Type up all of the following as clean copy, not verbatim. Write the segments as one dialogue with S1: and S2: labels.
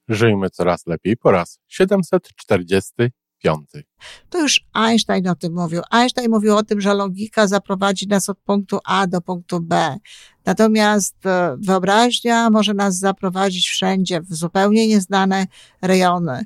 S1: Żyjmy coraz lepiej po raz 745.
S2: To już Einstein o tym mówił. Einstein mówił o tym, że logika zaprowadzi nas od punktu A do punktu B. Natomiast wyobraźnia może nas zaprowadzić wszędzie, w zupełnie nieznane rejony.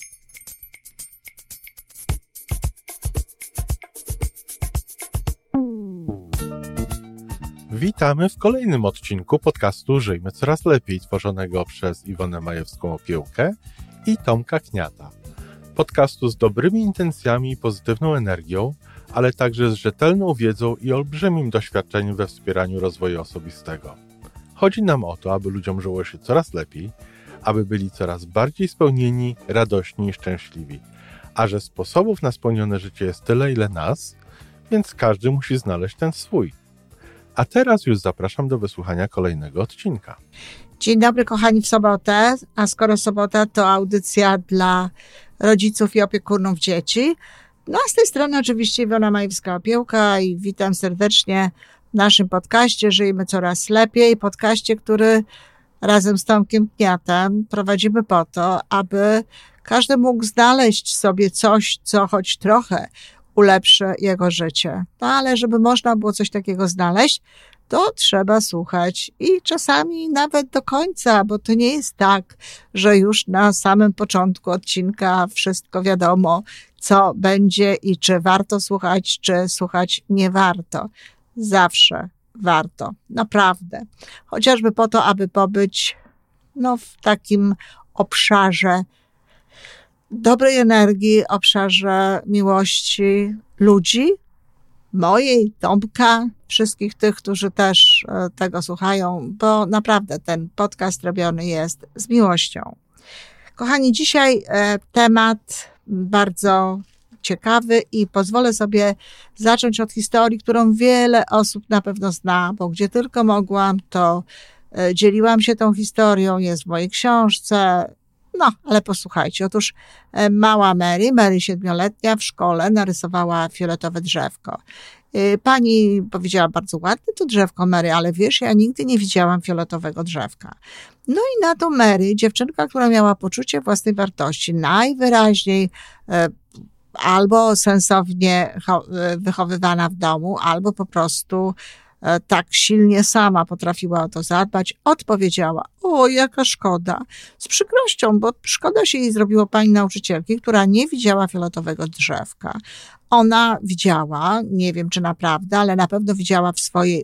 S1: Witamy w kolejnym odcinku podcastu Żyjmy Coraz Lepiej, tworzonego przez Iwonę Majewską-Opiełkę i Tomka Kniata. Podcastu z dobrymi intencjami i pozytywną energią, ale także z rzetelną wiedzą i olbrzymim doświadczeniem we wspieraniu rozwoju osobistego. Chodzi nam o to, aby ludziom żyło się coraz lepiej, aby byli coraz bardziej spełnieni, radośni i szczęśliwi. A że sposobów na spełnione życie jest tyle, ile nas, więc każdy musi znaleźć ten swój. A teraz już zapraszam do wysłuchania kolejnego odcinka.
S2: Dzień dobry kochani w sobotę, a skoro sobota to audycja dla rodziców i opiekunów dzieci. No a z tej strony oczywiście Iwona Majewska-Opiełka i witam serdecznie w naszym podcaście Żyjmy Coraz Lepiej. Podcaście, który razem z Tomkiem Kniatem prowadzimy po to, aby każdy mógł znaleźć sobie coś, co choć trochę ulepszy jego życie. No ale żeby można było coś takiego znaleźć, to trzeba słuchać i czasami nawet do końca, bo to nie jest tak, że już na samym początku odcinka wszystko wiadomo, co będzie i czy warto słuchać, czy słuchać nie warto. Zawsze warto, naprawdę. Chociażby po to, aby pobyć w takim obszarze dobrej energii, obszarze miłości ludzi, mojej, Tomka, wszystkich tych, którzy też tego słuchają, bo naprawdę ten podcast robiony jest z miłością. Kochani, dzisiaj temat bardzo ciekawy i pozwolę sobie zacząć od historii, którą wiele osób na pewno zna, bo gdzie tylko mogłam, to dzieliłam się tą historią, jest w mojej książce. No, ale posłuchajcie, otóż mała Mary 7-letnia w szkole narysowała fioletowe drzewko. Pani powiedziała, bardzo ładne to drzewko, Mary, ale wiesz, ja nigdy nie widziałam fioletowego drzewka. No i na to Mary, dziewczynka, która miała poczucie własnej wartości, najwyraźniej albo sensownie wychowywana w domu, albo po prostu tak silnie sama potrafiła o to zadbać, odpowiedziała: o, jaka szkoda. Z przykrością, bo szkoda się jej zrobiło pani nauczycielki, która nie widziała fioletowego drzewka. Ona widziała, nie wiem czy naprawdę, ale na pewno widziała w swojej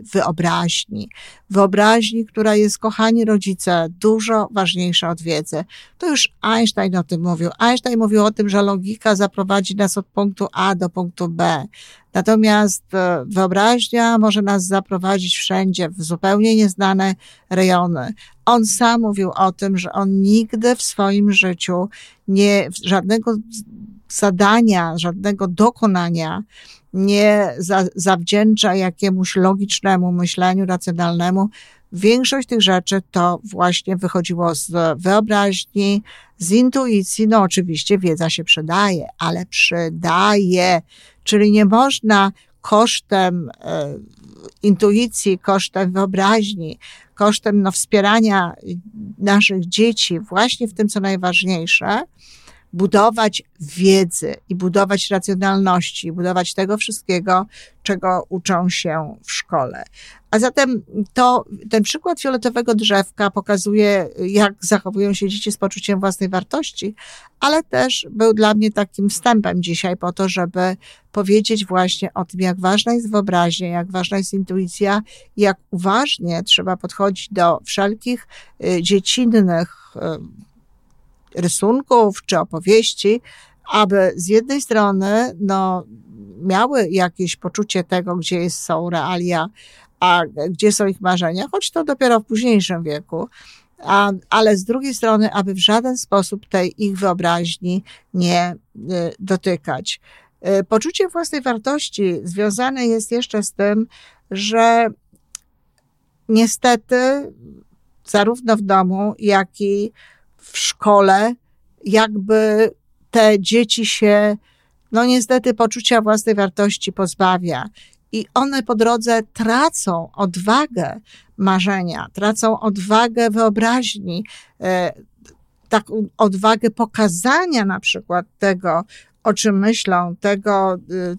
S2: wyobraźni, która jest, kochani rodzice, dużo ważniejsza od wiedzy. To już Einstein o tym mówił. Einstein mówił o tym, że logika zaprowadzi nas od punktu A do punktu B. Natomiast wyobraźnia może nas zaprowadzić wszędzie, w zupełnie nieznane rejony. On sam mówił o tym, że on nigdy w swoim życiu żadnego zadania, żadnego dokonania nie zawdzięcza jakiemuś logicznemu myśleniu, racjonalnemu. Większość tych rzeczy to właśnie wychodziło z wyobraźni, z intuicji. No oczywiście wiedza się przydaje, ale przydaje. Czyli nie można kosztem intuicji, kosztem wyobraźni, kosztem wspierania naszych dzieci właśnie w tym, co najważniejsze, budować wiedzy i budować racjonalności, budować tego wszystkiego, czego uczą się w szkole. A zatem ten przykład fioletowego drzewka pokazuje, jak zachowują się dzieci z poczuciem własnej wartości, ale też był dla mnie takim wstępem dzisiaj po to, żeby powiedzieć właśnie o tym, jak ważna jest wyobraźnia, jak ważna jest intuicja, jak uważnie trzeba podchodzić do wszelkich dziecinnych rysunków czy opowieści, aby z jednej strony miały jakieś poczucie tego, gdzie są realia, a gdzie są ich marzenia, choć to dopiero w późniejszym wieku, ale z drugiej strony, aby w żaden sposób tej ich wyobraźni nie dotykać. Poczucie własnej wartości związane jest jeszcze z tym, że niestety zarówno w domu, jak i w szkole jakby te dzieci się, niestety poczucia własnej wartości pozbawia. I one po drodze tracą odwagę marzenia, tracą odwagę wyobraźni, taką odwagę pokazania na przykład tego, o czym myślą, tego,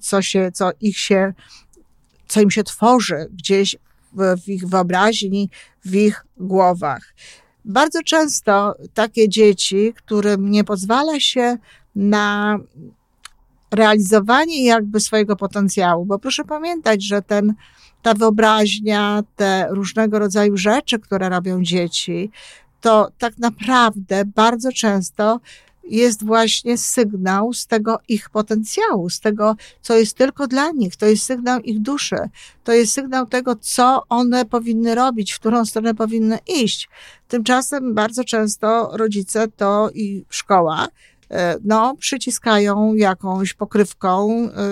S2: co im się tworzy gdzieś w ich wyobraźni, w ich głowach. Bardzo często takie dzieci, którym nie pozwala się na realizowanie jakby swojego potencjału, bo proszę pamiętać, że ta wyobraźnia, te różnego rodzaju rzeczy, które robią dzieci, to tak naprawdę bardzo często jest właśnie sygnał z tego ich potencjału, z tego, co jest tylko dla nich. To jest sygnał ich duszy. To jest sygnał tego, co one powinny robić, w którą stronę powinny iść. Tymczasem bardzo często rodzice to i szkoła przyciskają jakąś pokrywką,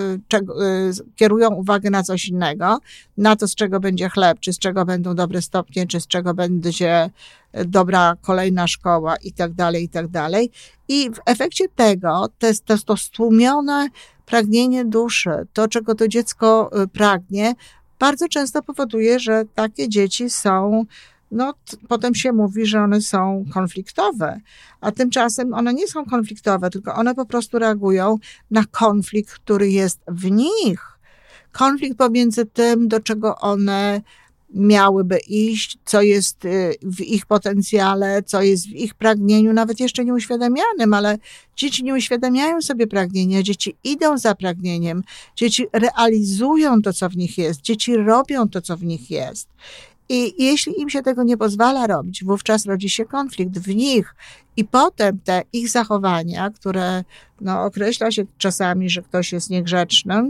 S2: kierują uwagę na coś innego, na to, z czego będzie chleb, czy z czego będą dobre stopnie, czy z czego będzie dobra kolejna szkoła i tak dalej, i tak dalej. I w efekcie tego to stłumione pragnienie duszy, to, czego to dziecko pragnie, bardzo często powoduje, że takie dzieci są potem się mówi, że one są konfliktowe, a tymczasem one nie są konfliktowe, tylko one po prostu reagują na konflikt, który jest w nich. Konflikt pomiędzy tym, do czego one miałyby iść, co jest w ich potencjale, co jest w ich pragnieniu, nawet jeszcze nieuświadamianym, ale dzieci nie uświadamiają sobie pragnienia, dzieci idą za pragnieniem, dzieci realizują to, co w nich jest, dzieci robią to, co w nich jest. I jeśli im się tego nie pozwala robić, wówczas rodzi się konflikt w nich i potem te ich zachowania, które określa się czasami, że ktoś jest niegrzecznym,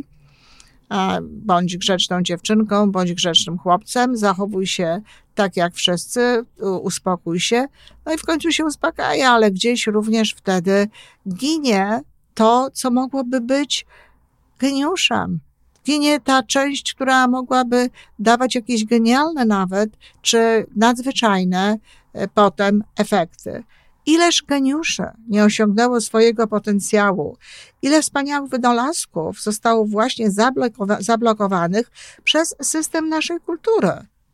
S2: bądź grzeczną dziewczynką, bądź grzecznym chłopcem, zachowuj się tak jak wszyscy, uspokój się, i w końcu się uspokaja, ale gdzieś również wtedy ginie to, co mogłoby być geniuszem. Ginie ta część, która mogłaby dawać jakieś genialne nawet, czy nadzwyczajne potem efekty. Ileż geniuszy nie osiągnęło swojego potencjału, ile wspaniałych wynalazków zostało właśnie zablokowanych przez system naszej kultury.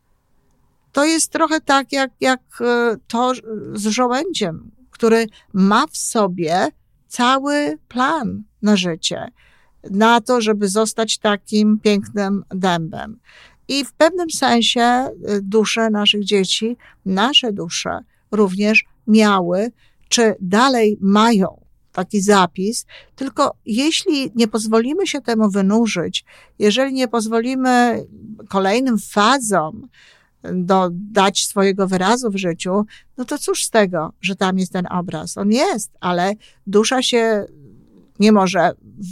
S2: To jest trochę tak jak to z żołędziem, który ma w sobie cały plan na życie, na to, żeby zostać takim pięknym dębem. I w pewnym sensie dusze naszych dzieci, nasze dusze również miały, czy dalej mają taki zapis, tylko jeśli nie pozwolimy się temu wynurzyć, jeżeli nie pozwolimy kolejnym fazom dać swojego wyrazu w życiu, to cóż z tego, że tam jest ten obraz? On jest, ale dusza się nie może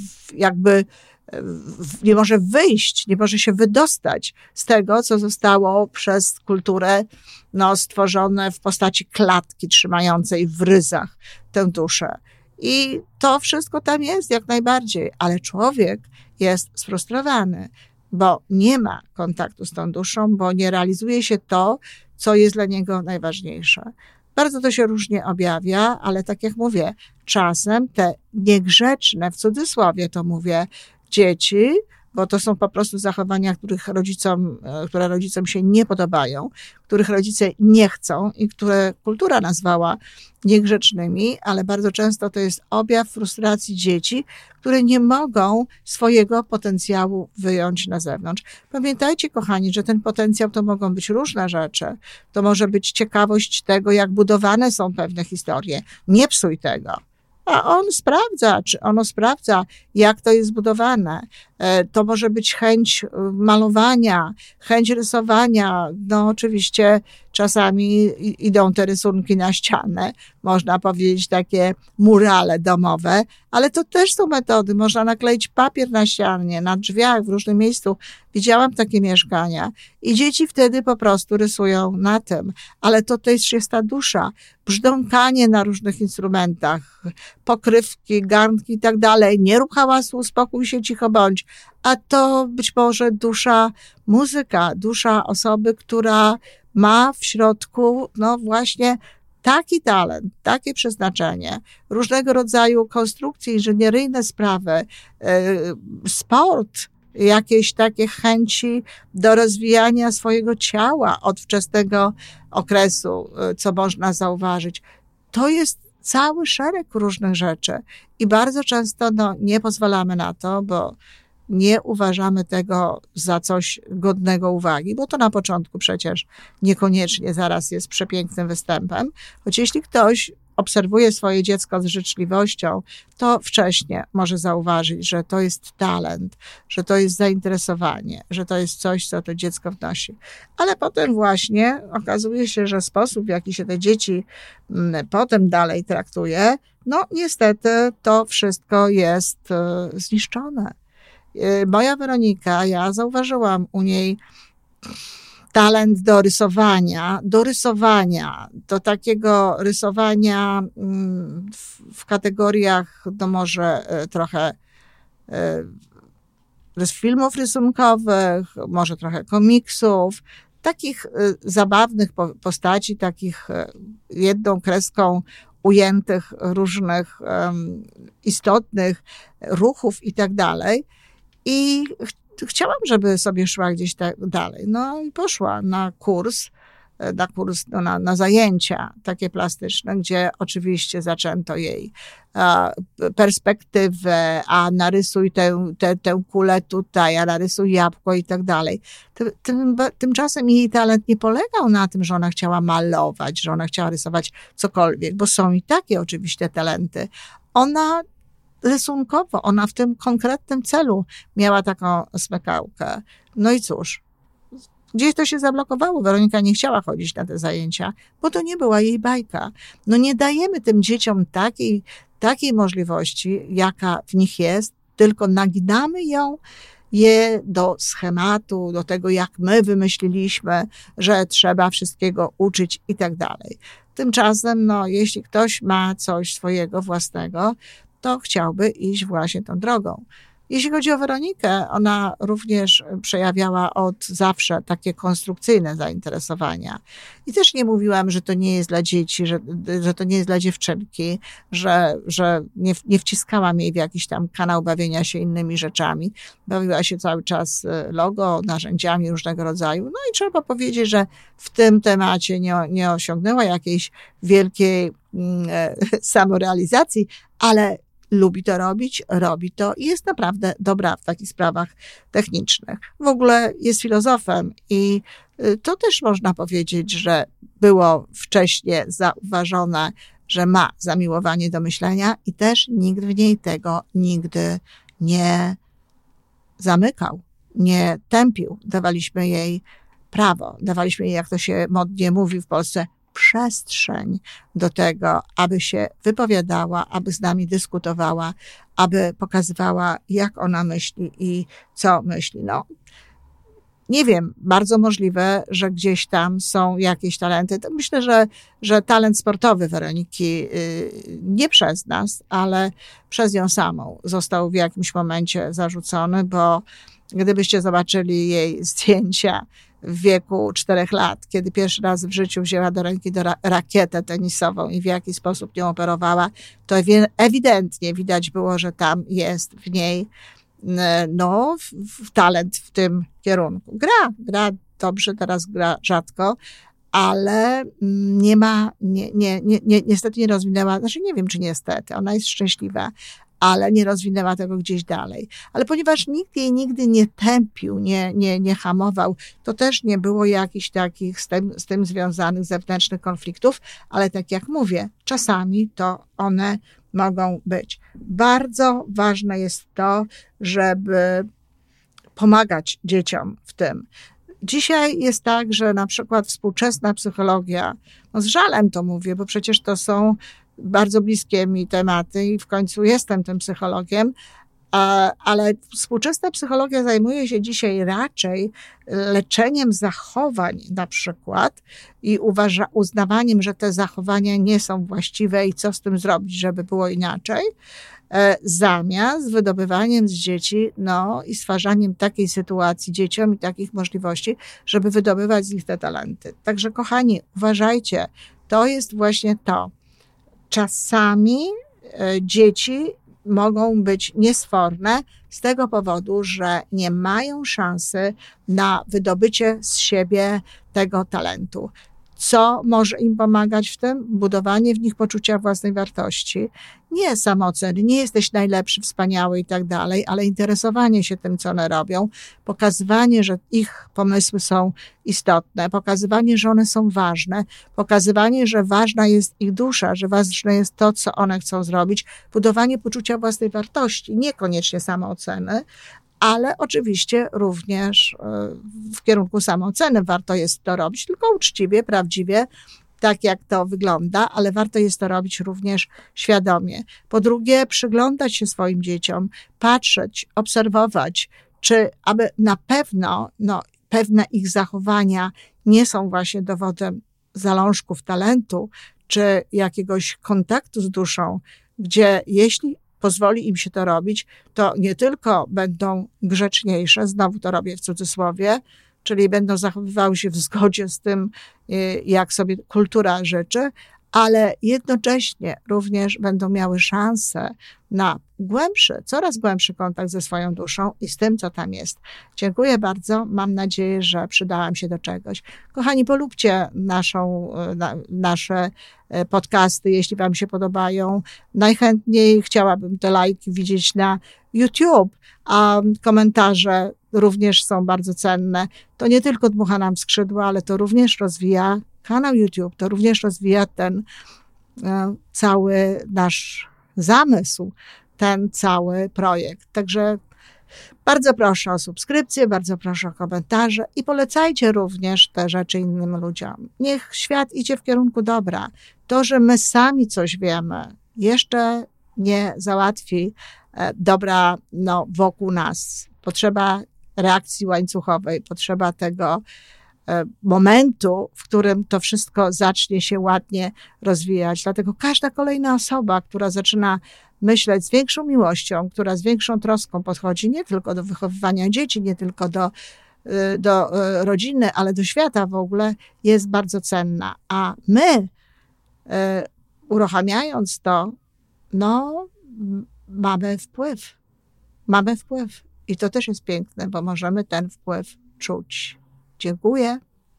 S2: nie może wyjść, nie może się wydostać z tego, co zostało przez kulturę stworzone w postaci klatki trzymającej w ryzach tę duszę. I to wszystko tam jest jak najbardziej, ale człowiek jest sfrustrowany, bo nie ma kontaktu z tą duszą, bo nie realizuje się to, co jest dla niego najważniejsze. Bardzo to się różnie objawia, ale tak jak mówię, czasem te niegrzeczne, w cudzysłowie to mówię, dzieci, bo to są po prostu zachowania, które rodzicom się nie podobają, których rodzice nie chcą i które kultura nazwała niegrzecznymi, ale bardzo często to jest objaw frustracji dzieci, które nie mogą swojego potencjału wyjąć na zewnątrz. Pamiętajcie, kochani, że ten potencjał to mogą być różne rzeczy. To może być ciekawość tego, jak budowane są pewne historie. Nie psuj tego. A ono sprawdza, jak to jest zbudowane. To może być chęć malowania, chęć rysowania. Oczywiście czasami idą te rysunki na ścianę, można powiedzieć takie murale domowe, ale to też są metody. Można nakleić papier na ścianie, na drzwiach, w różnym miejscu. Widziałam takie mieszkania i dzieci wtedy po prostu rysują na tym. Ale to też jest ta dusza. Brzdąkanie na różnych instrumentach, pokrywki, garnki i tak dalej. Nie rób hałasu, uspokój się, cicho bądź. A to być może dusza muzyka, dusza osoby, która ma w środku właśnie taki talent, takie przeznaczenie, różnego rodzaju konstrukcje inżynieryjne sprawy, sport, jakieś takie chęci do rozwijania swojego ciała od wczesnego okresu, co można zauważyć. To jest cały szereg różnych rzeczy i bardzo często nie pozwalamy na to, bo nie uważamy tego za coś godnego uwagi, bo to na początku przecież niekoniecznie zaraz jest przepięknym występem, choć jeśli ktoś obserwuje swoje dziecko z życzliwością, to wcześniej może zauważyć, że to jest talent, że to jest zainteresowanie, że to jest coś, co to dziecko wnosi. Ale potem właśnie okazuje się, że sposób, w jaki się te dzieci potem dalej traktuje, niestety to wszystko jest zniszczone. Moja Weronika, ja zauważyłam u niej talent do rysowania, do takiego rysowania w kategoriach, może trochę filmów rysunkowych, może trochę komiksów, takich zabawnych postaci, takich jedną kreską ujętych różnych istotnych ruchów i tak dalej. I chciałam, żeby sobie szła gdzieś dalej. I poszła na kurs, na zajęcia takie plastyczne, gdzie oczywiście zaczęto jej perspektywę, a narysuj tę kulę tutaj, a narysuj jabłko i tak dalej. Tymczasem jej talent nie polegał na tym, że ona chciała malować, że ona chciała rysować cokolwiek, bo są i takie oczywiście talenty. Ona rysunkowo, ona w tym konkretnym celu miała taką smykałkę. No i cóż, gdzieś to się zablokowało. Weronika nie chciała chodzić na te zajęcia, bo to nie była jej bajka. Nie dajemy tym dzieciom takiej możliwości, jaka w nich jest, tylko naginamy je do schematu, do tego, jak my wymyśliliśmy, że trzeba wszystkiego uczyć i tak dalej. Tymczasem, jeśli ktoś ma coś swojego własnego, to chciałby iść właśnie tą drogą. Jeśli chodzi o Weronikę, ona również przejawiała od zawsze takie konstrukcyjne zainteresowania. I też nie mówiłam, że to nie jest dla dzieci, że to nie jest dla dziewczynki, że nie wciskałam jej w jakiś tam kanał bawienia się innymi rzeczami. Bawiła się cały czas logo, narzędziami różnego rodzaju. I trzeba powiedzieć, że w tym temacie nie osiągnęła jakiejś wielkiej samorealizacji, ale lubi to robi to i jest naprawdę dobra w takich sprawach technicznych. W ogóle jest filozofem i to też można powiedzieć, że było wcześniej zauważone, że ma zamiłowanie do myślenia i też nikt w niej tego nigdy nie zamykał, nie tępił. Dawaliśmy jej prawo, dawaliśmy jej, jak to się modnie mówi w Polsce, przestrzeń do tego, aby się wypowiadała, aby z nami dyskutowała, aby pokazywała, jak ona myśli i co myśli. Nie wiem, bardzo możliwe, że gdzieś tam są jakieś talenty. Myślę, że talent sportowy Weroniki nie przez nas, ale przez nią samą został w jakimś momencie zarzucony, bo gdybyście zobaczyli jej zdjęcia w wieku 4 lat, kiedy pierwszy raz w życiu wzięła do ręki rakietę tenisową i w jaki sposób nią operowała, to ewidentnie widać było, że tam jest w niej talent w tym kierunku. Gra dobrze, teraz gra rzadko, ale niestety nie rozwinęła, nie wiem, czy niestety, ona jest szczęśliwa, ale nie rozwinęła tego gdzieś dalej. Ale ponieważ nikt jej nigdy nie tępił, nie hamował, to też nie było jakichś takich z tym związanych zewnętrznych konfliktów, ale tak jak mówię, czasami to one mogą być. Bardzo ważne jest to, żeby pomagać dzieciom w tym. Dzisiaj jest tak, że na przykład współczesna psychologia, z żalem to mówię, bo przecież to są bardzo bliskie mi tematy i w końcu jestem tym psychologiem, ale współczesna psychologia zajmuje się dzisiaj raczej leczeniem zachowań na przykład i uznawaniem, że te zachowania nie są właściwe i co z tym zrobić, żeby było inaczej, zamiast wydobywaniem z dzieci i stwarzaniem takiej sytuacji dzieciom i takich możliwości, żeby wydobywać z nich te talenty. Także kochani, uważajcie, to jest właśnie to. Czasami dzieci mogą być niesforne z tego powodu, że nie mają szansy na wydobycie z siebie tego talentu. Co może im pomagać w tym? Budowanie w nich poczucia własnej wartości. Nie samooceny, nie jesteś najlepszy, wspaniały i tak dalej, ale interesowanie się tym, co one robią, pokazywanie, że ich pomysły są istotne, pokazywanie, że one są ważne, pokazywanie, że ważna jest ich dusza, że ważne jest to, co one chcą zrobić, budowanie poczucia własnej wartości, niekoniecznie samooceny, ale oczywiście również w kierunku samooceny warto jest to robić, tylko uczciwie, prawdziwie, tak jak to wygląda, ale warto jest to robić również świadomie. Po drugie, przyglądać się swoim dzieciom, patrzeć, obserwować, czy aby na pewno pewne ich zachowania nie są właśnie dowodem zalążków talentu, czy jakiegoś kontaktu z duszą, gdzie jeśli pozwoli im się to robić, to nie tylko będą grzeczniejsze, znowu to robię w cudzysłowie, czyli będą zachowywały się w zgodzie z tym, jak sobie kultura życzy, ale jednocześnie również będą miały szansę na coraz głębszy kontakt ze swoją duszą i z tym, co tam jest. Dziękuję bardzo. Mam nadzieję, że przydałam się do czegoś. Kochani, polubcie nasze podcasty, jeśli wam się podobają. Najchętniej chciałabym te lajki widzieć na YouTube, a komentarze również są bardzo cenne. To nie tylko dmucha nam skrzydła, ale to również rozwija kanał YouTube, to również rozwija ten cały nasz zamysł, ten cały projekt. Także bardzo proszę o subskrypcję, bardzo proszę o komentarze i polecajcie również te rzeczy innym ludziom. Niech świat idzie w kierunku dobra. To, że my sami coś wiemy, jeszcze nie załatwi dobra wokół nas. Potrzeba reakcji łańcuchowej, potrzeba tego momentu, w którym to wszystko zacznie się ładnie rozwijać. Dlatego każda kolejna osoba, która zaczyna myśleć z większą miłością, która z większą troską podchodzi nie tylko do wychowywania dzieci, nie tylko do rodziny, ale do świata w ogóle, jest bardzo cenna. A my, uruchamiając to, mamy wpływ. Mamy wpływ. I to też jest piękne, bo możemy ten wpływ czuć. Dziękuję.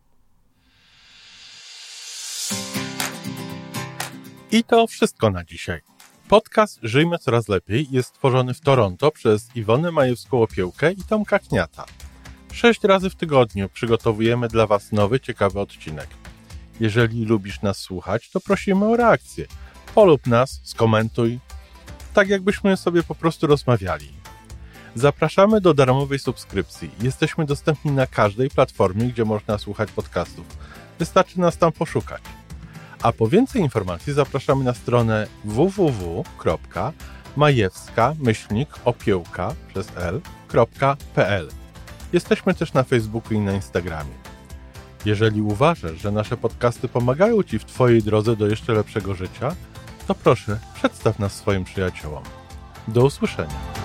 S1: I to wszystko na dzisiaj. Podcast Żyjmy Coraz Lepiej jest stworzony w Toronto przez Iwonę Majewską-Opiełkę i Tomka Kniata. 6 razy w tygodniu przygotowujemy dla Was nowy, ciekawy odcinek. Jeżeli lubisz nas słuchać, to prosimy o reakcję. Polub nas, skomentuj, tak jakbyśmy sobie po prostu rozmawiali. Zapraszamy do darmowej subskrypcji. Jesteśmy dostępni na każdej platformie, gdzie można słuchać podcastów. Wystarczy nas tam poszukać. A po więcej informacji zapraszamy na stronę www.majewska-opiełka.pl. Jesteśmy też na Facebooku i na Instagramie. Jeżeli uważasz, że nasze podcasty pomagają Ci w Twojej drodze do jeszcze lepszego życia, to proszę, przedstaw nas swoim przyjaciołom. Do usłyszenia.